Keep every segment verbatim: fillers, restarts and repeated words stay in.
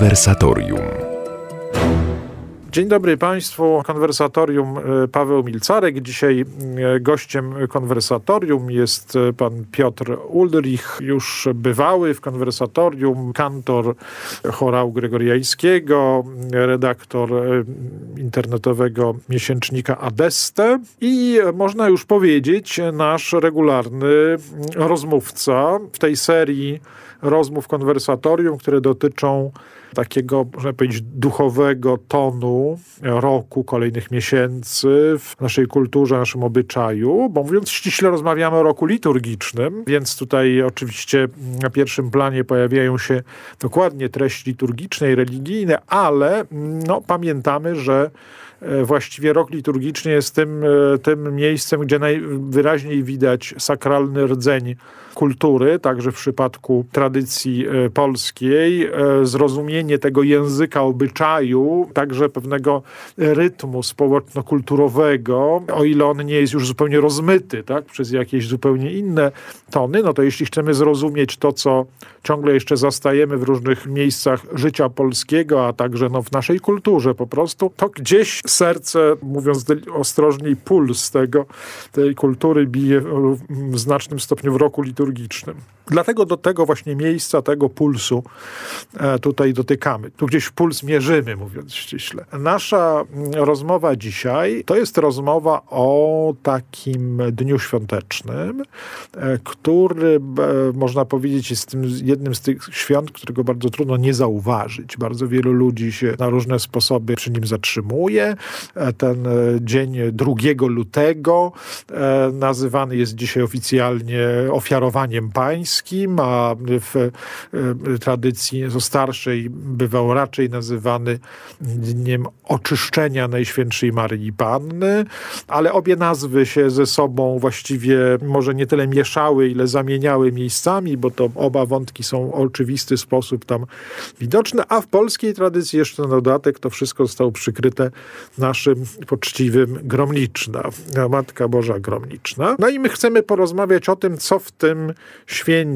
Konwersatorium. Dzień dobry Państwu. Konwersatorium Paweł Milcarek. Dzisiaj gościem konwersatorium jest pan Piotr Ulrich, już bywały w konwersatorium, kantor chorału gregoriańskiego, redaktor internetowego miesięcznika Adeste i można już powiedzieć nasz regularny rozmówca w tej serii rozmów konwersatorium, które dotyczą takiego, można powiedzieć, duchowego tonu roku, kolejnych miesięcy w naszej kulturze, naszym obyczaju, bo mówiąc ściśle rozmawiamy o roku liturgicznym, więc tutaj oczywiście na pierwszym planie pojawiają się dokładnie treści liturgiczne i religijne, ale no, pamiętamy, że właściwie rok liturgiczny jest tym, tym miejscem, gdzie najwyraźniej widać sakralny rdzeń kultury, także w przypadku tradycji polskiej, zrozumienie tego języka obyczaju, także pewnego rytmu społeczno-kulturowego, o ile on nie jest już zupełnie rozmyty, tak, przez jakieś zupełnie inne tony, no to jeśli chcemy zrozumieć to, co ciągle jeszcze zastajemy w różnych miejscach życia polskiego, a także no, w naszej kulturze po prostu, to gdzieś serce, mówiąc ostrożniej, puls tego, tej kultury bije w znacznym stopniu w roku liturgicznym. Dlatego do tego właśnie miejsca, tego pulsu e, tutaj dotykamy. Tu gdzieś puls mierzymy, mówiąc ściśle. Nasza rozmowa dzisiaj to jest rozmowa o takim dniu świątecznym, e, który, e, można powiedzieć, jest tym, jednym z tych świąt, którego bardzo trudno nie zauważyć. Bardzo wielu ludzi się na różne sposoby przy nim zatrzymuje. E, ten e, dzień drugiego lutego e, nazywany jest dzisiaj oficjalnie ofiarowaniem pańskim, a w y, tradycji nieco starszej bywał raczej nazywany dniem oczyszczenia Najświętszej Maryi Panny, ale obie nazwy się ze sobą właściwie może nie tyle mieszały, ile zamieniały miejscami, bo to oba wątki są w oczywisty sposób tam widoczne, a w polskiej tradycji jeszcze na dodatek to wszystko zostało przykryte naszym poczciwym Gromniczna, Matka Boża Gromniczna. No i my chcemy porozmawiać o tym, co w tym święcie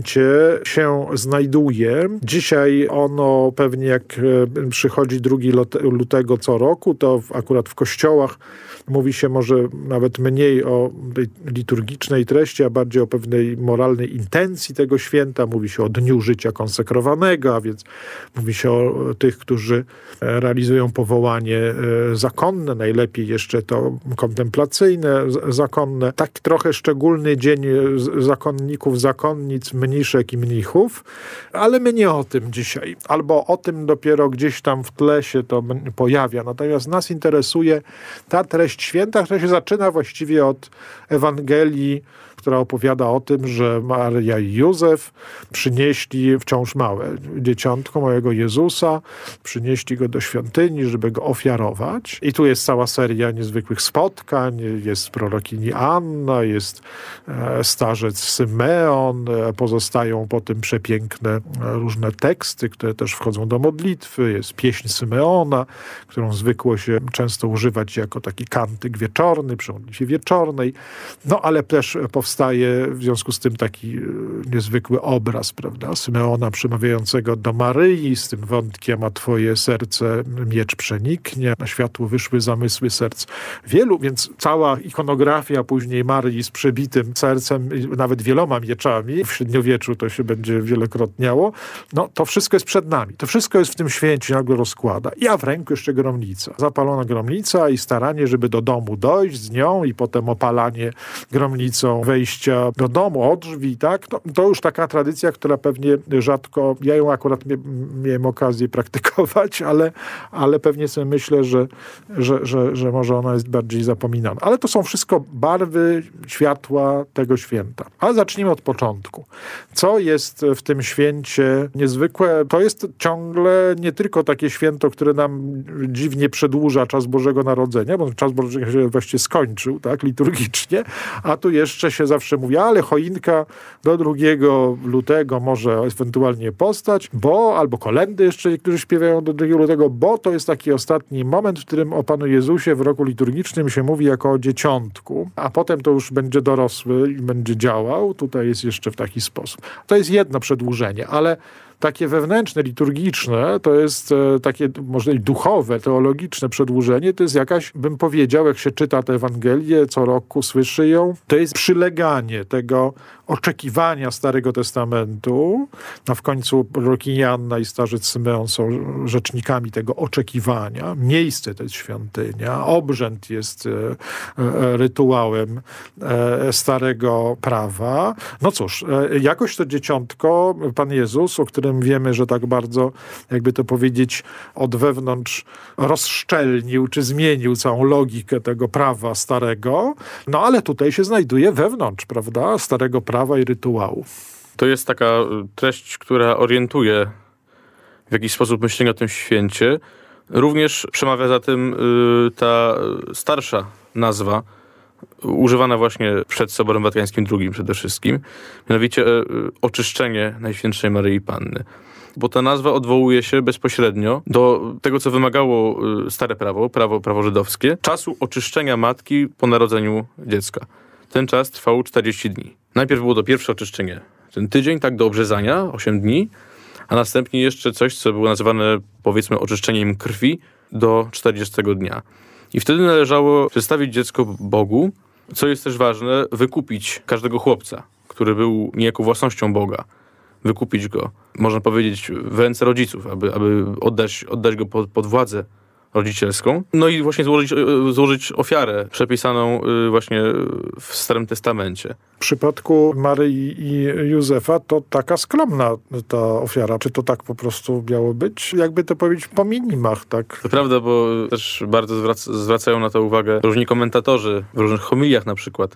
się znajduje. Dzisiaj ono pewnie jak przychodzi drugiego lutego co roku, to akurat w kościołach mówi się może nawet mniej o tej liturgicznej treści, a bardziej o pewnej moralnej intencji tego święta. Mówi się o dniu życia konsekrowanego, a więc mówi się o tych, którzy realizują powołanie zakonne, najlepiej jeszcze to kontemplacyjne, zakonne. Tak trochę szczególny dzień zakonników, zakonnic, mniszek i mnichów, ale my nie o tym dzisiaj. Albo o tym dopiero gdzieś tam w tle się to pojawia. Natomiast nas interesuje ta treść święta, która się zaczyna właściwie od Ewangelii, która opowiada o tym, że Maria i Józef przynieśli wciąż małe dzieciątko małego Jezusa, przynieśli go do świątyni, żeby go ofiarować. I tu jest cała seria niezwykłych spotkań, jest prorokini Anna, jest e, starzec Symeon, e, pozostają po tym przepiękne e, różne teksty, które też wchodzą do modlitwy, jest pieśń Symeona, którą zwykło się często używać jako taki kantyk wieczorny, przy modlitwie wieczornej. No ale też powstaje Powstaje w związku z tym taki niezwykły obraz, prawda, Symeona przemawiającego do Maryi z tym wątkiem, a twoje serce miecz przeniknie, na światło wyszły zamysły serc wielu, więc cała ikonografia później Maryi z przebitym sercem, nawet wieloma mieczami, w średniowieczu to się będzie wielokrotniało, no to wszystko jest przed nami, to wszystko jest w tym święcie, nagle rozkłada. I a w ręku jeszcze gromnica, zapalona gromnica i staranie, żeby do domu dojść z nią i potem opalanie gromnicą wejścia do domu, od drzwi, tak? To, to już taka tradycja, która pewnie rzadko, ja ją akurat mie, miałem okazję praktykować, ale, ale pewnie sobie myślę, że, że, że, że może ona jest bardziej zapominana. Ale to są wszystko barwy światła tego święta. Ale zacznijmy od początku. Co jest w tym święcie niezwykłe? To jest ciągle nie tylko takie święto, które nam dziwnie przedłuża czas Bożego Narodzenia, bo czas Bożego się właściwie skończył, tak, liturgicznie, a tu jeszcze się zawsze mówi, ale choinka do drugiego lutego może ewentualnie postać, bo, albo kolędy jeszcze niektórzy śpiewają do drugiego lutego, bo to jest taki ostatni moment, w którym o Panu Jezusie w roku liturgicznym się mówi jako o dzieciątku, a potem to już będzie dorosły i będzie działał. Tutaj jest jeszcze w taki sposób. To jest jedno przedłużenie, ale takie wewnętrzne, liturgiczne, to jest takie może i duchowe, teologiczne przedłużenie, to jest jakaś, bym powiedział, jak się czyta tę Ewangelię, co roku słyszy ją, to jest przyleganie tego oczekiwania Starego Testamentu. No w końcu proroki Joanna i starzec Symeon są rzecznikami tego oczekiwania. Miejsce to jest świątynia, obrzęd jest e, e, rytuałem e, Starego Prawa. No cóż, e, jakoś to dzieciątko, Pan Jezus, o którym wiemy, że tak bardzo, jakby to powiedzieć, od wewnątrz rozszczelnił, czy zmienił całą logikę tego prawa starego, no ale tutaj się znajduje wewnątrz, prawda, Starego Prawa i rytuału. To jest taka treść, która orientuje w jakiś sposób myślenie o tym święcie. Również przemawia za tym y, ta starsza nazwa, używana właśnie przed Soborem Watykańskim drugim przede wszystkim, mianowicie y, oczyszczenie Najświętszej Maryi Panny. Bo ta nazwa odwołuje się bezpośrednio do tego, co wymagało y, stare prawo, prawo, prawo żydowskie, czasu oczyszczenia matki po narodzeniu dziecka. Ten czas trwał czterdzieści dni. Najpierw było to pierwsze oczyszczenie, ten tydzień, tak, do obrzezania, osiem dni, a następnie jeszcze coś, co było nazywane, powiedzmy, oczyszczeniem krwi do czterdziestego dnia. I wtedy należało przedstawić dziecko Bogu, co jest też ważne, wykupić każdego chłopca, który był niejako własnością Boga. Wykupić go, można powiedzieć, w ręce rodziców, aby, aby oddać, oddać go pod, pod władzę rodzicielską. No i właśnie złożyć, złożyć ofiarę przepisaną właśnie w Starym Testamencie. W przypadku Maryi i Józefa to taka skromna ta ofiara. Czy to tak po prostu miało być? Jakby to powiedzieć po minimach, tak? To prawda, bo też bardzo zwrac- zwracają na to uwagę różni komentatorzy w różnych homiliach na przykład,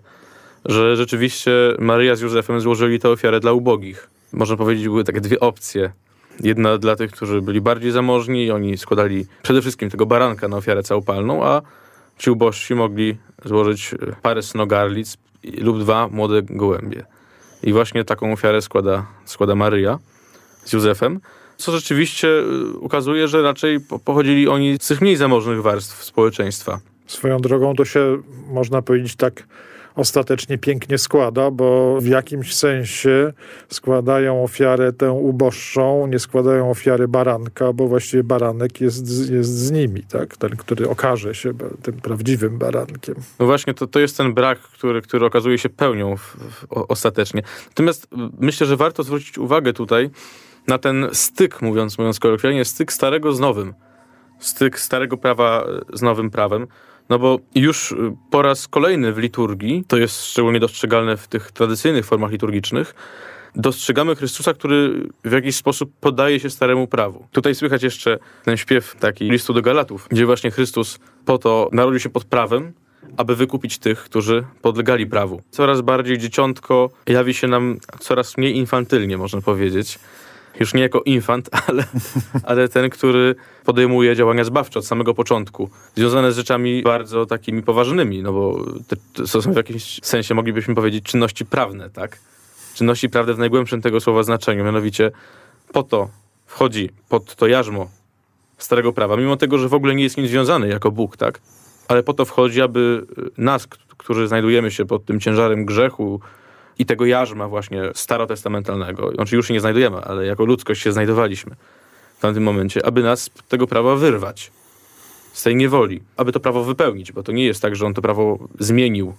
że rzeczywiście Maryja z Józefem złożyli tę ofiarę dla ubogich. Można powiedzieć, były takie dwie opcje. Jedna dla tych, którzy byli bardziej zamożni i oni składali przede wszystkim tego baranka na ofiarę całopalną, a ci ubożsi mogli złożyć parę synogarlic lub dwa młode gołębie. I właśnie taką ofiarę składa, składa Maryja z Józefem, co rzeczywiście ukazuje, że raczej pochodzili oni z tych mniej zamożnych warstw społeczeństwa. Swoją drogą to się, można powiedzieć, tak ostatecznie pięknie składa, bo w jakimś sensie składają ofiarę tę uboższą, nie składają ofiary baranka, bo właściwie baranek jest, jest z nimi, tak? Ten, który okaże się tym prawdziwym barankiem. No właśnie, to, to jest ten brak, który, który okazuje się pełnią w, w, ostatecznie. Natomiast myślę, że warto zwrócić uwagę tutaj na ten styk, mówiąc, mówiąc kolokwialnie, styk starego z nowym. Styk starego prawa z nowym prawem. No bo już po raz kolejny w liturgii, to jest szczególnie dostrzegalne w tych tradycyjnych formach liturgicznych, dostrzegamy Chrystusa, który w jakiś sposób poddaje się staremu prawu. Tutaj słychać jeszcze ten śpiew taki listu do Galatów, gdzie właśnie Chrystus po to narodził się pod prawem, aby wykupić tych, którzy podlegali prawu. Coraz bardziej dzieciątko jawi się nam coraz mniej infantylnie, można powiedzieć. Już nie jako infant, ale, ale ten, który podejmuje działania zbawcze od samego początku, związane z rzeczami bardzo takimi poważnymi, no bo te, to są w jakimś sensie, moglibyśmy powiedzieć, czynności prawne, tak? Czynności prawne w najgłębszym tego słowa znaczeniu, mianowicie po to wchodzi pod to jarzmo starego prawa, mimo tego, że w ogóle nie jest nim związany jako Bóg, tak? Ale po to wchodzi, aby nas, którzy znajdujemy się pod tym ciężarem grzechu i tego jarzma właśnie starotestamentalnego, znaczy już się nie znajdujemy, ale jako ludzkość się znajdowaliśmy w tamtym momencie, aby nas z tego prawa wyrwać, z tej niewoli, aby to prawo wypełnić, bo to nie jest tak, że on to prawo zmienił,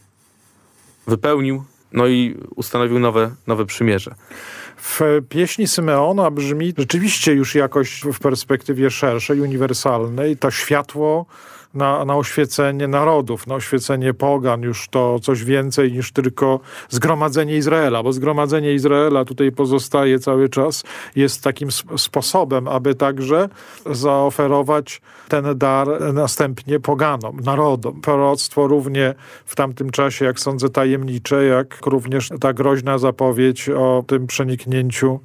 wypełnił, no i ustanowił nowe, nowe przymierze. W pieśni Symeona brzmi rzeczywiście już jakoś w perspektywie szerszej, uniwersalnej, to światło Na, na oświecenie narodów, na oświecenie pogan, już to coś więcej niż tylko zgromadzenie Izraela, bo zgromadzenie Izraela tutaj pozostaje cały czas, jest takim sp- sposobem, aby także zaoferować ten dar następnie poganom, narodom. Proroctwo równie w tamtym czasie, jak sądzę, tajemnicze, jak również ta groźna zapowiedź o tym przeniknięciu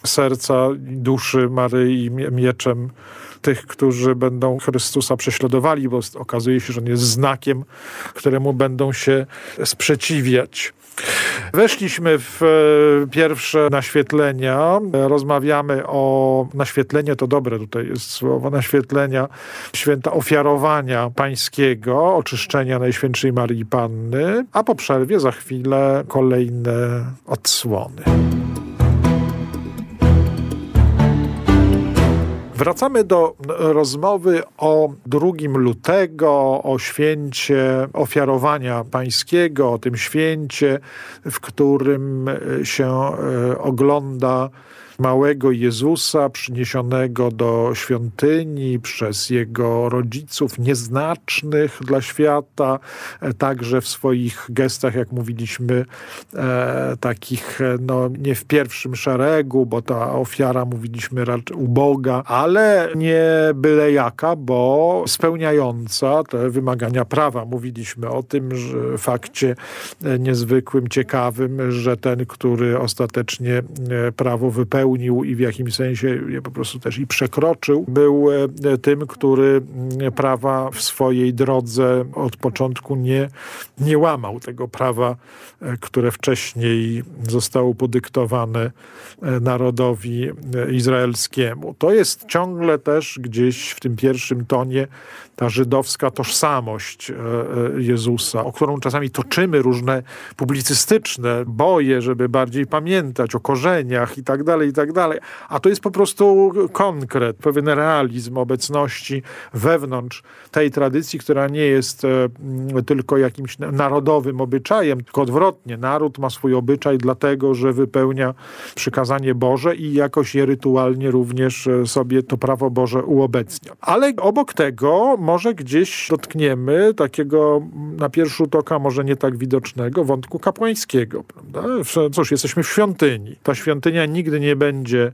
serca i duszy Maryi mieczem tych, którzy będą Chrystusa prześladowali, bo okazuje się, że on jest znakiem, któremu będą się sprzeciwiać. Weszliśmy w pierwsze naświetlenia. Rozmawiamy o naświetlenie, to dobre tutaj jest słowo, naświetlenia święta ofiarowania pańskiego, oczyszczenia Najświętszej Maryi Panny, a po przerwie za chwilę kolejne odsłony. Wracamy do rozmowy o drugim lutego, o święcie ofiarowania pańskiego, o tym święcie, w którym się ogląda małego Jezusa przyniesionego do świątyni przez jego rodziców, nieznacznych dla świata, także w swoich gestach, jak mówiliśmy, e, takich no, nie w pierwszym szeregu, bo ta ofiara, mówiliśmy, raczej uboga, ale nie byle jaka, bo spełniająca te wymagania prawa. Mówiliśmy o tym, że fakcie niezwykłym, ciekawym, że ten, który ostatecznie prawo wypełnił, i w jakimś sensie je po prostu też i przekroczył, był tym, który prawa w swojej drodze od początku nie, nie łamał tego prawa, które wcześniej zostało podyktowane narodowi izraelskiemu. To jest ciągle też gdzieś w tym pierwszym tonie ta żydowska tożsamość Jezusa, o którą czasami toczymy różne publicystyczne boje, żeby bardziej pamiętać o korzeniach i tak dalej, i tak dalej. A to jest po prostu konkret, pewien realizm obecności wewnątrz tej tradycji, która nie jest tylko jakimś narodowym obyczajem, tylko odwrotnie. Naród ma swój obyczaj dlatego, że wypełnia przykazanie Boże i jakoś je rytualnie również sobie to prawo Boże uobecnia. Ale obok tego może gdzieś dotkniemy takiego na pierwszy rzut oka może nie tak widocznego wątku kapłańskiego. Prawda? Cóż, jesteśmy w świątyni. Ta świątynia nigdy nie będzie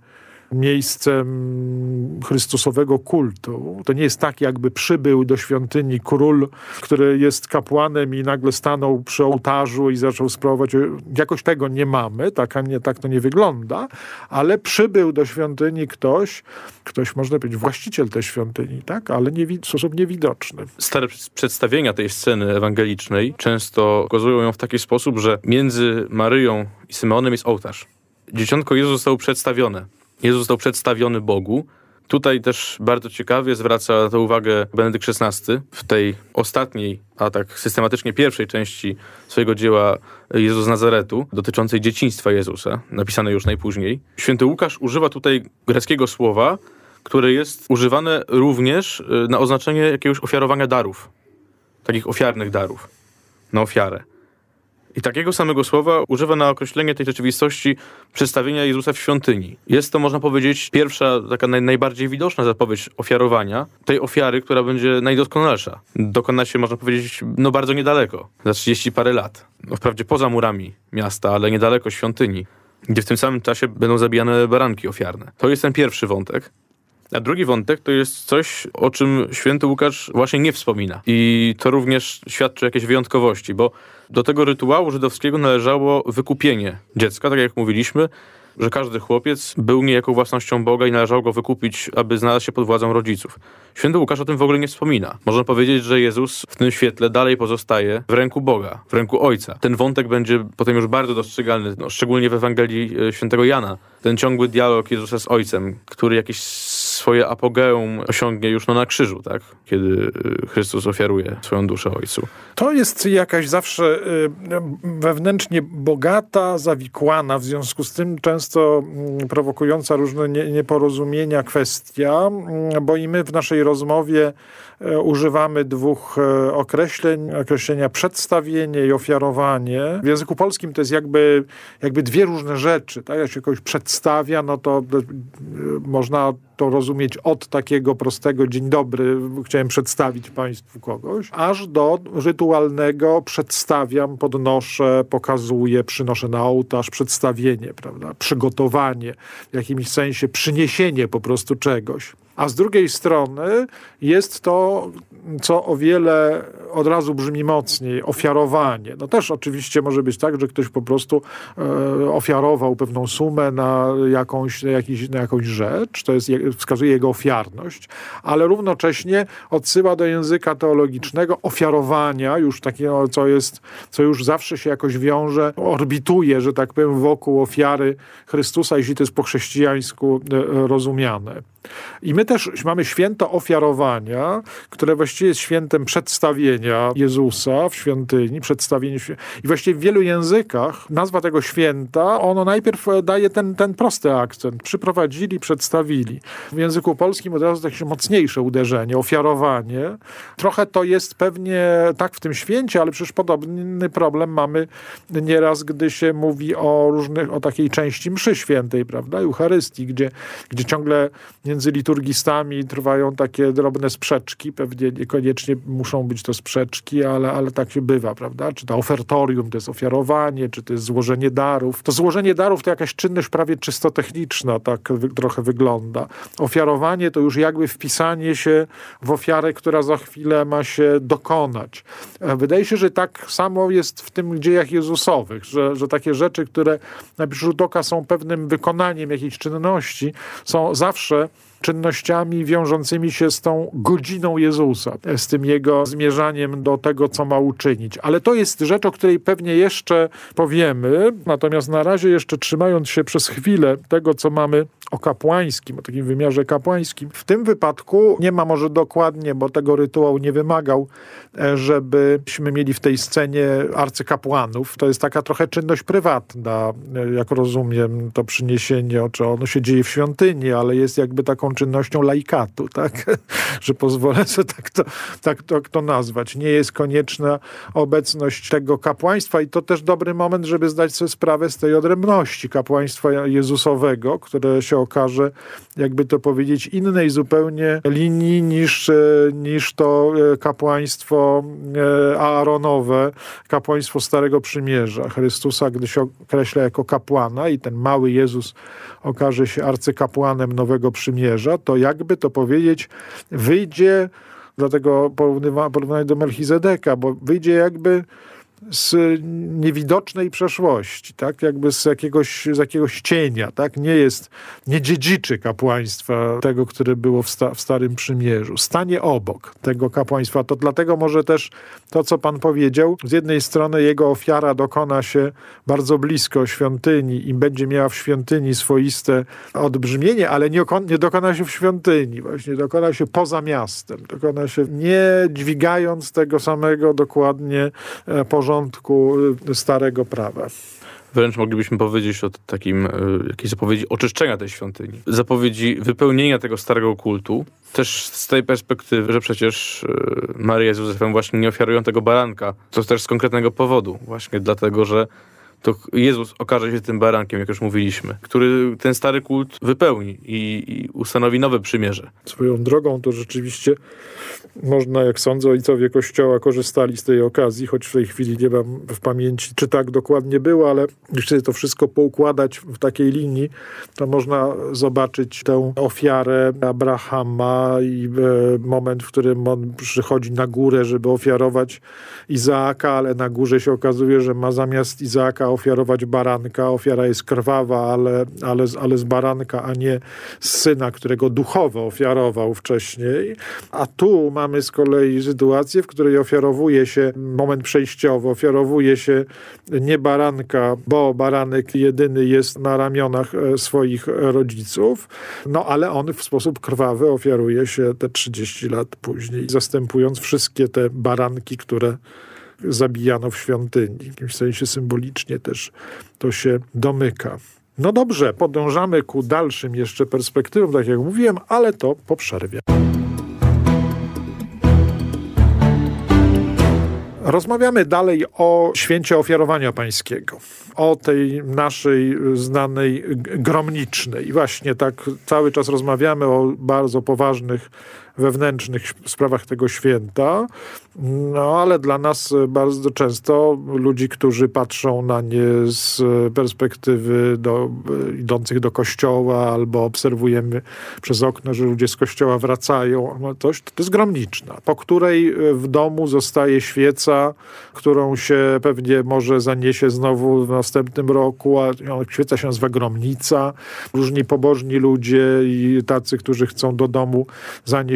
miejscem chrystusowego kultu. To nie jest tak, jakby przybył do świątyni król, który jest kapłanem i nagle stanął przy ołtarzu i zaczął sprawować. Jakoś tego nie mamy, tak, a nie, tak to nie wygląda, ale przybył do świątyni ktoś, ktoś można powiedzieć właściciel tej świątyni, tak, ale nie, w sposób niewidoczny. Stare przedstawienia tej sceny ewangelicznej często pokazują ją w taki sposób, że między Maryją i Symeonem jest ołtarz. Dzieciątko Jezus zostało przedstawione. Jezus został przedstawiony Bogu. Tutaj też bardzo ciekawie zwraca na to uwagę Benedykt szesnasty w tej ostatniej, a tak systematycznie pierwszej części swojego dzieła Jezus z Nazaretu, dotyczącej dzieciństwa Jezusa, napisanej już najpóźniej. Święty Łukasz używa tutaj greckiego słowa, które jest używane również na oznaczenie jakiegoś ofiarowania darów, takich ofiarnych darów, na ofiarę. I takiego samego słowa używa na określenie tej rzeczywistości przedstawienia Jezusa w świątyni. Jest to, można powiedzieć, pierwsza, taka naj, najbardziej widoczna zapowiedź ofiarowania, tej ofiary, która będzie najdoskonalsza. Dokona się, można powiedzieć, no bardzo niedaleko, za trzydzieści parę lat. No wprawdzie poza murami miasta, ale niedaleko świątyni, gdzie w tym samym czasie będą zabijane baranki ofiarne. To jest ten pierwszy wątek. A drugi wątek to jest coś, o czym święty Łukasz właśnie nie wspomina. I to również świadczy o jakiejś wyjątkowości, bo do tego rytuału żydowskiego należało wykupienie dziecka, tak jak mówiliśmy, że każdy chłopiec był niejako własnością Boga i należało go wykupić, aby znalazł się pod władzą rodziców. Święty Łukasz o tym w ogóle nie wspomina. Można powiedzieć, że Jezus w tym świetle dalej pozostaje w ręku Boga, w ręku Ojca. Ten wątek będzie potem już bardzo dostrzegalny, no, szczególnie w Ewangelii świętego Jana. Ten ciągły dialog Jezusa z Ojcem, który jakieś swoje apogeum osiągnie już no, na krzyżu, tak? Kiedy Chrystus ofiaruje swoją duszę Ojcu. To jest jakaś zawsze y, wewnętrznie bogata, zawikłana, w związku z tym często y, prowokująca różne nie, nieporozumienia kwestia, y, bo i my w naszej rozmowie y, używamy dwóch y, określeń, określenia przedstawienie i ofiarowanie. W języku polskim to jest jakby, jakby dwie różne rzeczy, tak? Jak się kogoś przedstawia, no to y, y, można to rozumieć od takiego prostego dzień dobry, chciałem przedstawić państwu kogoś, aż do rytualnego przedstawiam, podnoszę, pokazuję, przynoszę na ołtarz, przedstawienie, prawda, przygotowanie, w jakimś sensie przyniesienie po prostu czegoś. A z drugiej strony jest to, co o wiele od razu brzmi mocniej, ofiarowanie. No też oczywiście może być tak, że ktoś po prostu e, ofiarował pewną sumę na jakąś, na, jakiś, na jakąś rzecz, to jest, wskazuje jego ofiarność, ale równocześnie odsyła do języka teologicznego ofiarowania, już takiego, co jest, co już zawsze się jakoś wiąże, orbituje, że tak powiem, wokół ofiary Chrystusa, jeśli to jest po chrześcijańsku e, rozumiane. I my też mamy święto ofiarowania, które właściwie jest świętem przedstawienia, przedstawienia Jezusa w świątyni, przedstawienie i właściwie w wielu językach nazwa tego święta, ono najpierw daje ten, ten prosty akcent. Przyprowadzili, przedstawili. W języku polskim od razu takie mocniejsze uderzenie, ofiarowanie. Trochę to jest pewnie tak w tym święcie, ale przecież podobny problem mamy nieraz, gdy się mówi o różnych, o takiej części mszy świętej, prawda, Eucharystii, gdzie, gdzie ciągle między liturgistami trwają takie drobne sprzeczki, pewnie niekoniecznie muszą być to sprzeczki, ale, ale tak się bywa, prawda, czy to ofertorium to jest ofiarowanie, czy to jest złożenie darów. To złożenie darów to jakaś czynność prawie czysto techniczna, tak wy, trochę wygląda. Ofiarowanie to już jakby wpisanie się w ofiarę, która za chwilę ma się dokonać. Wydaje się, że tak samo jest w tym dziejach Jezusowych, że, że takie rzeczy, które na pierwszy rzut oka są pewnym wykonaniem jakiejś czynności, są zawsze czynnościami wiążącymi się z tą godziną Jezusa, z tym jego zmierzaniem do tego, co ma uczynić. Ale to jest rzecz, o której pewnie jeszcze powiemy, natomiast na razie jeszcze trzymając się przez chwilę tego, co mamy o kapłańskim, o takim wymiarze kapłańskim. W tym wypadku nie ma może dokładnie, bo tego rytuał nie wymagał, żebyśmy mieli w tej scenie arcykapłanów. To jest taka trochę czynność prywatna, jak rozumiem, to przyniesienie, czy ono się dzieje w świątyni, ale jest jakby taką czynnością laikatu, tak? Że pozwolę sobie tak to, tak, to, tak to nazwać. Nie jest konieczna obecność tego kapłaństwa i to też dobry moment, żeby zdać sobie sprawę z tej odrębności kapłaństwa Jezusowego, które się okaże, jakby to powiedzieć, innej zupełnie linii niż, niż to kapłaństwo aaronowe, kapłaństwo Starego Przymierza. Chrystusa, gdy się określa jako kapłana i ten mały Jezus okaże się arcykapłanem Nowego Przymierza, to jakby to powiedzieć, wyjdzie, dlatego porównanie do Melchizedeka, bo wyjdzie jakby z niewidocznej przeszłości, tak? Jakby z jakiegoś, z jakiegoś cienia, tak? Nie jest, nie dziedziczy kapłaństwa tego, które było w, sta, w Starym Przymierzu. Stanie obok tego kapłaństwa. To dlatego może też to, co Pan powiedział, z jednej strony jego ofiara dokona się bardzo blisko świątyni i będzie miała w świątyni swoiste odbrzmienie, ale nie, nie dokona się w świątyni. Właśnie dokona się poza miastem. Dokona się nie dźwigając tego samego dokładnie porządku starego prawa. Wręcz moglibyśmy powiedzieć o takim, jakiejś zapowiedzi oczyszczenia tej świątyni. Zapowiedzi wypełnienia tego starego kultu. Też z tej perspektywy, że przecież Maryja z Józefem właśnie nie ofiarują tego baranka. To też z konkretnego powodu. Właśnie dlatego, że to Jezus okaże się tym barankiem, jak już mówiliśmy, który ten stary kult wypełni i, i ustanowi nowe przymierze. Swoją drogą to rzeczywiście można, jak sądzę, ojcowie Kościoła korzystali z tej okazji, choć w tej chwili nie mam w pamięci, czy tak dokładnie było, ale jeśli to wszystko poukładać w takiej linii, to można zobaczyć tę ofiarę Abrahama i moment, w którym on przychodzi na górę, żeby ofiarować Izaaka, ale na górze się okazuje, że ma zamiast Izaaka ofiarować baranka. Ofiara jest krwawa, ale, ale, ale z baranka, a nie z syna, którego duchowo ofiarował wcześniej. A tu mamy z kolei sytuację, w której ofiarowuje się, moment przejściowy, ofiarowuje się nie baranka, bo baranek jedyny jest na ramionach swoich rodziców, no ale on w sposób krwawy ofiaruje się te trzydzieści lat później, zastępując wszystkie te baranki, które zabijano w świątyni. W jakimś sensie symbolicznie też to się domyka. No dobrze, podążamy ku dalszym jeszcze perspektywom, tak jak mówiłem, ale to po przerwie. Rozmawiamy dalej o święcie ofiarowania pańskiego, o tej naszej znanej gromnicznej. I właśnie tak cały czas rozmawiamy o bardzo poważnych wewnętrznych sprawach tego święta, no ale dla nas bardzo często ludzi, którzy patrzą na nie z perspektywy do, idących do kościoła albo obserwujemy przez okno, że ludzie z kościoła wracają, no coś, to jest gromniczna, po której w domu zostaje świeca, którą się pewnie może zaniesie znowu w następnym roku, a świeca się nazywa gromnica. Różni pobożni ludzie i tacy, którzy chcą do domu zanieść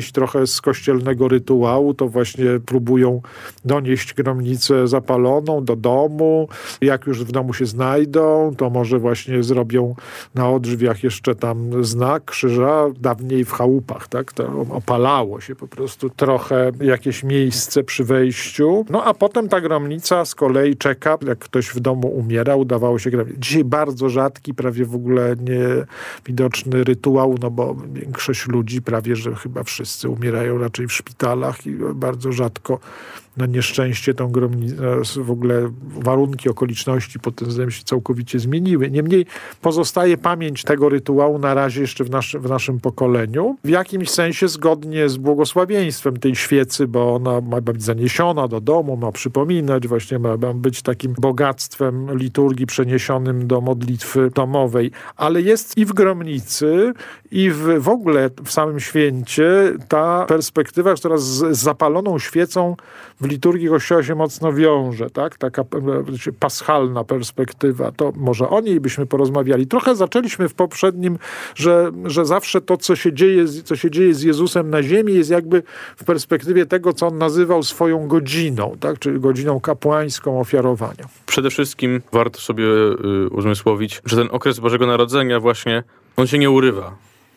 wyjść trochę z kościelnego rytuału, to właśnie próbują donieść gromnicę zapaloną do domu. Jak już w domu się znajdą, to może właśnie zrobią na odrzwiach jeszcze tam znak krzyża. Dawniej w chałupach, tak? To opalało się po prostu trochę jakieś miejsce przy wejściu. No a potem ta gromnica z kolei czeka, jak ktoś w domu umiera, udawało się gromnicę. Dzisiaj bardzo rzadki, prawie w ogóle niewidoczny rytuał, no bo większość ludzi, prawie że chyba wszyscy umierają raczej w szpitalach i bardzo rzadko na nieszczęście tą gromnicę, w ogóle warunki, okoliczności pod tym względem się całkowicie zmieniły. Niemniej pozostaje pamięć tego rytuału na razie jeszcze w, naszy, w naszym pokoleniu. W jakimś sensie zgodnie z błogosławieństwem tej świecy, bo ona ma być zaniesiona do domu, ma przypominać, właśnie ma być takim bogactwem liturgii przeniesionym do modlitwy domowej. Ale jest i w gromnicy, i w, w ogóle w samym święcie ta perspektywa, która z, z zapaloną świecą w liturgii Kościoła się mocno wiąże, tak? Taka paschalna perspektywa. To może o niej byśmy porozmawiali. Trochę zaczęliśmy w poprzednim, że, że zawsze to, co się dzieje, co się dzieje z Jezusem na ziemi, jest jakby w perspektywie tego, co on nazywał swoją godziną, tak? Czyli godziną kapłańską ofiarowania. Przede wszystkim warto sobie y, uzmysłowić, że ten okres Bożego Narodzenia właśnie, on się nie urywa.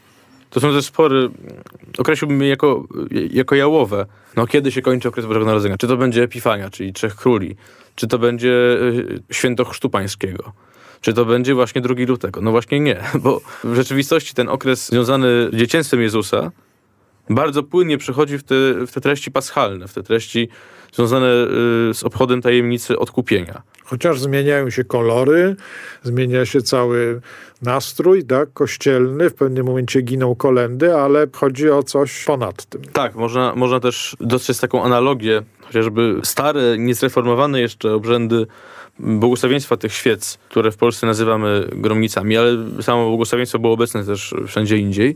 To są te spory, określiłbym je jako, jako jałowe. No kiedy się kończy okres Bożego Narodzenia? Czy to będzie Epifania, czyli Trzech Króli? Czy to będzie Święto Chrztu Pańskiego? Czy to będzie właśnie drugiego lutego? No właśnie nie, bo w rzeczywistości ten okres związany z dzieciństwem Jezusa bardzo płynnie przechodzi w te, w te treści paschalne, w te treści związane z obchodem tajemnicy odkupienia. Chociaż zmieniają się kolory, zmienia się cały nastrój, tak, kościelny, w pewnym momencie giną kolędy, ale chodzi o coś ponad tym. Tak, można, można też dostrzec taką analogię, chociażby stare, niezreformowane jeszcze obrzędy błogosławieństwa tych świec, które w Polsce nazywamy gromnicami, ale samo błogosławieństwo było obecne też wszędzie indziej.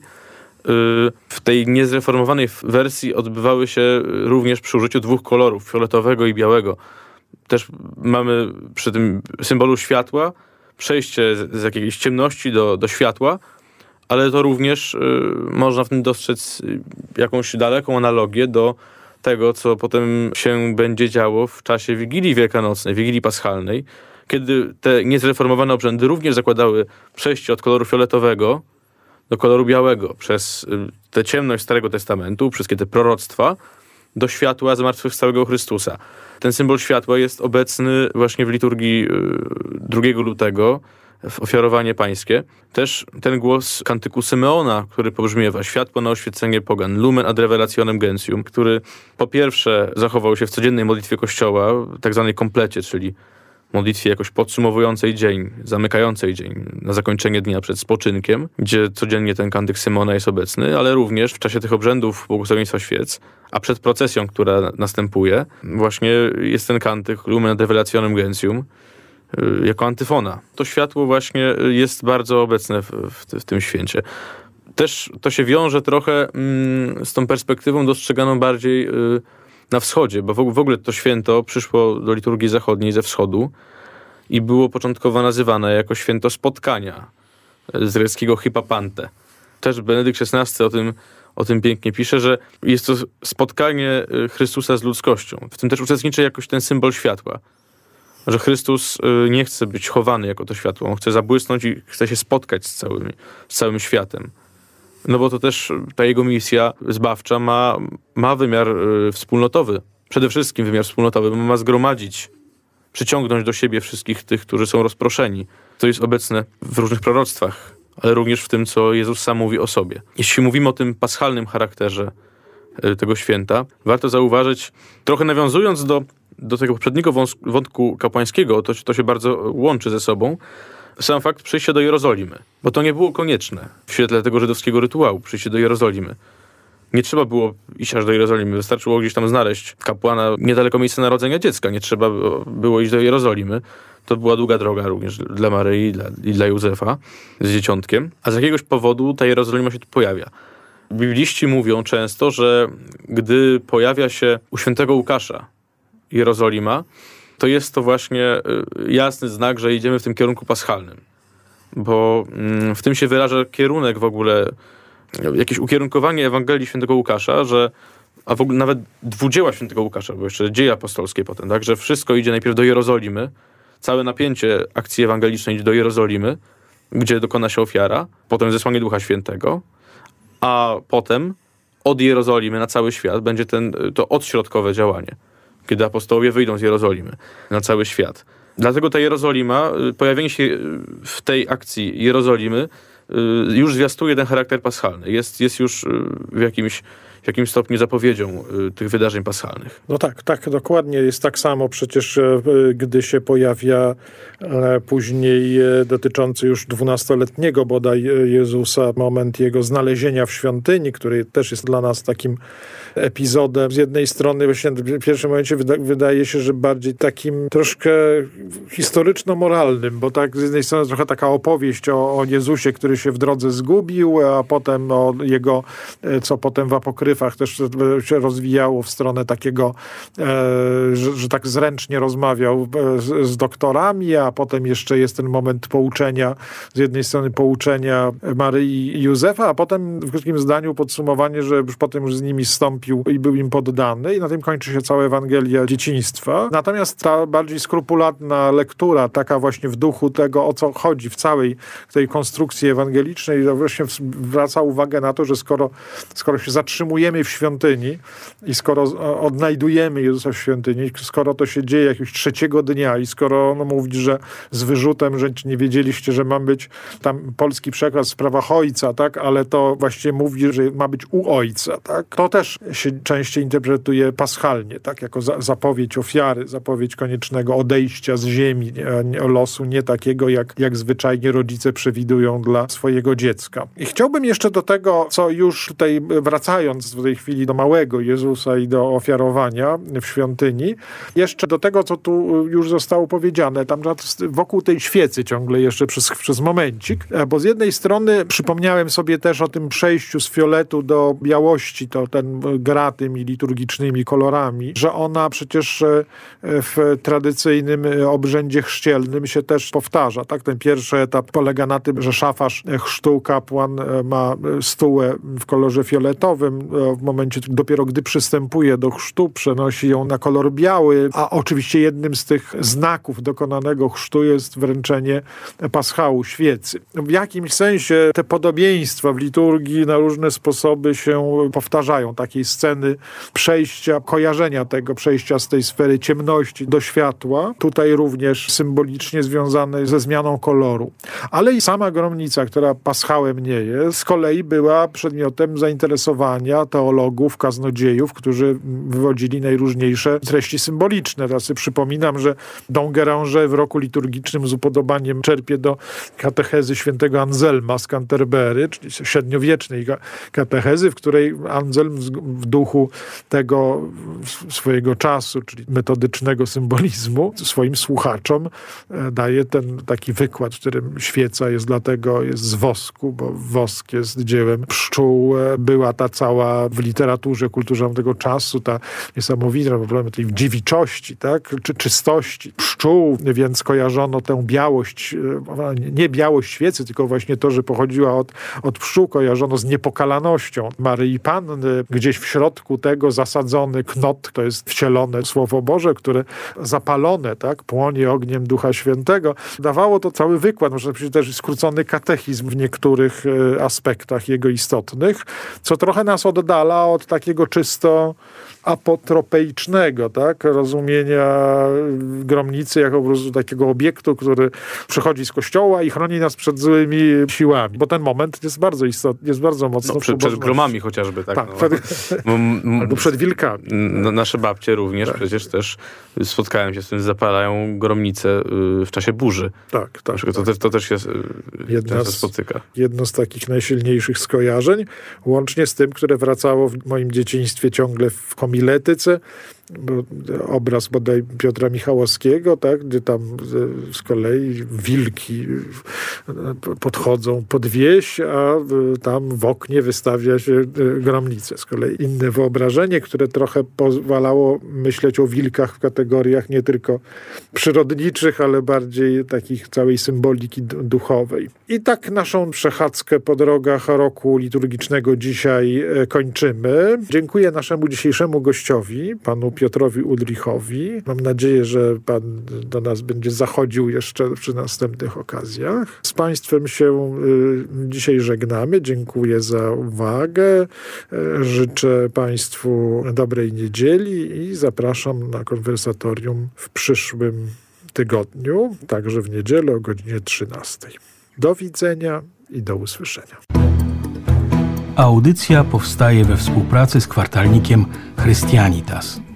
W tej niezreformowanej wersji odbywały się również przy użyciu dwóch kolorów, fioletowego i białego. Też mamy przy tym symbolu światła przejście z, z jakiejś ciemności do, do światła, ale to również y, można w tym dostrzec jakąś daleką analogię do tego, co potem się będzie działo w czasie Wigilii Wielkanocnej, Wigilii Paschalnej, kiedy te niezreformowane obrzędy również zakładały przejście od koloru fioletowego do koloru białego przez tę ciemność Starego Testamentu, wszystkie te proroctwa, do światła zmartwychwstałego Chrystusa. Ten symbol światła jest obecny właśnie w liturgii drugiego lutego, w ofiarowanie pańskie. Też ten głos kantyku Symeona, który pobrzmiewa: światło na oświecenie pogan, lumen ad revelationem gentium, który po pierwsze zachował się w codziennej modlitwie Kościoła, tak zwanej komplecie, czyli modlitwie jakoś podsumowującej dzień, zamykającej dzień, na zakończenie dnia przed spoczynkiem, gdzie codziennie ten kantyk Symona jest obecny, ale również w czasie tych obrzędów błogosławieństwa świec, a przed procesją, która następuje, właśnie jest ten kantyk Lumen ad revelationem gentium, jako antyfona. To światło właśnie jest bardzo obecne w, w, w tym święcie. Też to się wiąże trochę mm, z tą perspektywą dostrzeganą bardziej y, na wschodzie, bo w, w ogóle to święto przyszło do liturgii zachodniej ze wschodu i było początkowo nazywane jako święto spotkania, z greckiego hypapante. Też Benedykt szesnasty o tym, o tym pięknie pisze, że jest to spotkanie Chrystusa z ludzkością. W tym też uczestniczy jakoś ten symbol światła. Że Chrystus nie chce być chowany jako to światło. On chce zabłysnąć i chce się spotkać z całym, z całym światem. No bo to też ta jego misja zbawcza ma, ma wymiar y, wspólnotowy. Przede wszystkim wymiar wspólnotowy, bo ma zgromadzić, przyciągnąć do siebie wszystkich tych, którzy są rozproszeni. To jest obecne w różnych proroctwach, ale również w tym, co Jezus sam mówi o sobie. Jeśli mówimy o tym paschalnym charakterze y, tego święta, warto zauważyć, trochę nawiązując do do tego poprzedniego wątku kapłańskiego, to, to się bardzo łączy ze sobą, sam fakt przyjścia do Jerozolimy. Bo to nie było konieczne w świetle tego żydowskiego rytuału, przyjście do Jerozolimy. Nie trzeba było iść aż do Jerozolimy, wystarczyło gdzieś tam znaleźć kapłana niedaleko miejsca narodzenia dziecka. Nie trzeba było iść do Jerozolimy. To była długa droga również dla Maryi i dla, i dla Józefa z dzieciątkiem. A z jakiegoś powodu ta Jerozolima się tu pojawia. Bibliści mówią często, że gdy pojawia się u świętego Łukasza Jerozolima, to jest to właśnie jasny znak, że idziemy w tym kierunku paschalnym. Bo w tym się wyraża kierunek w ogóle jakieś ukierunkowanie Ewangelii Świętego Łukasza, że a w ogóle nawet dwudzieła Świętego Łukasza, bo jeszcze dzieje apostolskie potem, tak, że wszystko idzie najpierw do Jerozolimy, całe napięcie akcji ewangelicznej idzie do Jerozolimy, gdzie dokona się ofiara, potem zesłanie Ducha Świętego, a potem od Jerozolimy na cały świat będzie ten, to odśrodkowe działanie, kiedy apostołowie wyjdą z Jerozolimy na cały świat. Dlatego ta Jerozolima, pojawienie się w tej akcji Jerozolimy już zwiastuje ten charakter paschalny. Jest, jest już w jakimś, w jakimś stopniu zapowiedzią tych wydarzeń paschalnych. No tak, tak, dokładnie. Jest tak samo przecież, gdy się pojawia później dotyczący już dwunastoletniego bodaj Jezusa, moment jego znalezienia w świątyni, który też jest dla nas takim epizodem. Z jednej strony właśnie w pierwszym momencie wyda- wydaje się, że bardziej takim troszkę historyczno-moralnym, bo tak z jednej strony trochę taka opowieść o, o Jezusie, który się w drodze zgubił, a potem o jego, co potem w apokryfach też się rozwijało w stronę takiego, e, że, że tak zręcznie rozmawiał z, z doktorami, a potem jeszcze jest ten moment pouczenia, z jednej strony pouczenia Maryi i Józefa, a potem w krótkim zdaniu podsumowanie, że już potem już z nimi zstąpił i był im poddany i na tym kończy się cała Ewangelia dzieciństwa. Natomiast ta bardziej skrupulatna lektura, taka właśnie w duchu tego, o co chodzi w całej tej konstrukcji ewangelicznej, właśnie zwraca uwagę na to, że skoro, skoro się zatrzymujemy w świątyni i skoro odnajdujemy Jezusa w świątyni, skoro to się dzieje jakiegoś trzeciego dnia i skoro on mówi, że z wyrzutem, że nie wiedzieliście, że ma być tam polski przekaz w sprawach ojca, tak, ale to właściwie mówi, że ma być u ojca, tak, to też się częściej interpretuje paschalnie, tak, jako za, zapowiedź ofiary, zapowiedź koniecznego odejścia z ziemi, nie, losu nie takiego, jak, jak zwyczajnie rodzice przewidują dla swojego dziecka. I chciałbym jeszcze do tego, co już tutaj wracając w tej chwili do małego Jezusa i do ofiarowania w świątyni, jeszcze do tego, co tu już zostało powiedziane, tam wokół tej świecy ciągle jeszcze przez, przez momencik, bo z jednej strony przypomniałem sobie też o tym przejściu z fioletu do białości, to ten gra tymi liturgicznymi kolorami, że ona przecież w tradycyjnym obrzędzie chrzcielnym się też powtarza. Tak? Ten pierwszy etap polega na tym, że szafarz chrztu, kapłan ma stułę w kolorze fioletowym. W momencie, dopiero gdy przystępuje do chrztu, przenosi ją na kolor biały, a oczywiście jednym z tych znaków dokonanego chrztu jest wręczenie paschału, świecy. W jakimś sensie te podobieństwa w liturgii na różne sposoby się powtarzają. Takiej sceny przejścia, kojarzenia tego, przejścia z tej sfery ciemności do światła. Tutaj również symbolicznie związane ze zmianą koloru. Ale i sama gromnica, która paschałem nie jest, z kolei była przedmiotem zainteresowania teologów, kaznodziejów, którzy wywodzili najróżniejsze treści symboliczne. Teraz sobie przypominam, że Dom-Guéranger w roku liturgicznym z upodobaniem czerpie do katechezy świętego Anselma z Canterbury, czyli średniowiecznej katechezy, w której Anselm w duchu tego swojego czasu, czyli metodycznego symbolizmu, swoim słuchaczom daje ten taki wykład, w którym świeca jest dlatego jest z wosku, bo wosk jest dziełem pszczół. Była ta cała w literaturze, kulturze tego czasu, ta niesamowita problem tej dziewiczości, tak? Czy czystości pszczół, więc kojarzono tę białość, nie białość świecy, tylko właśnie to, że pochodziła od, od pszczół, kojarzono z niepokalanością Maryi Panny. Gdzieś w środku tego zasadzony knot, to jest wcielone Słowo Boże, które zapalone, tak, płonie ogniem Ducha Świętego. Dawało to cały wykład, można powiedzieć też skrócony katechizm w niektórych aspektach jego istotnych, co trochę nas oddala od takiego czysto apotropeicznego, tak, rozumienia gromnicy jako po prostu takiego obiektu, który przychodzi z kościoła i chroni nas przed złymi siłami. Bo ten moment jest bardzo istotny, jest bardzo mocno no, przed, przed gromami chociażby, tak. tak no. przed, albo przed wilkami. No, nasze babcie również tak. Przecież też spotkałem się z tym, zapalają gromnice w czasie burzy. Tak, tak. To, tak. Też, to też się jedna z, spotyka. Jedno z takich najsilniejszych skojarzeń, łącznie z tym, które wracało w moim dzieciństwie ciągle w homiletyce, bo obraz bodaj Piotra Michałowskiego, tak, gdzie tam z kolei wilki podchodzą pod wieś, a tam w oknie wystawia się gromnicę. Z kolei inne wyobrażenie, które trochę pozwalało myśleć o wilkach w kategoriach nie tylko przyrodniczych, ale bardziej takich całej symboliki duchowej. I tak naszą przechadzkę po drogach roku liturgicznego dzisiaj kończymy. Dziękuję naszemu dzisiejszemu gościowi, panu Piotrowi Ulrichowi. Mam nadzieję, że pan do nas będzie zachodził jeszcze przy następnych okazjach. Z państwem się y, dzisiaj żegnamy. Dziękuję za uwagę. Y, życzę państwu dobrej niedzieli i zapraszam na konwersatorium w przyszłym tygodniu, także w niedzielę o godzinie trzynastej. Do widzenia i do usłyszenia. Audycja powstaje we współpracy z kwartalnikiem Christianitas.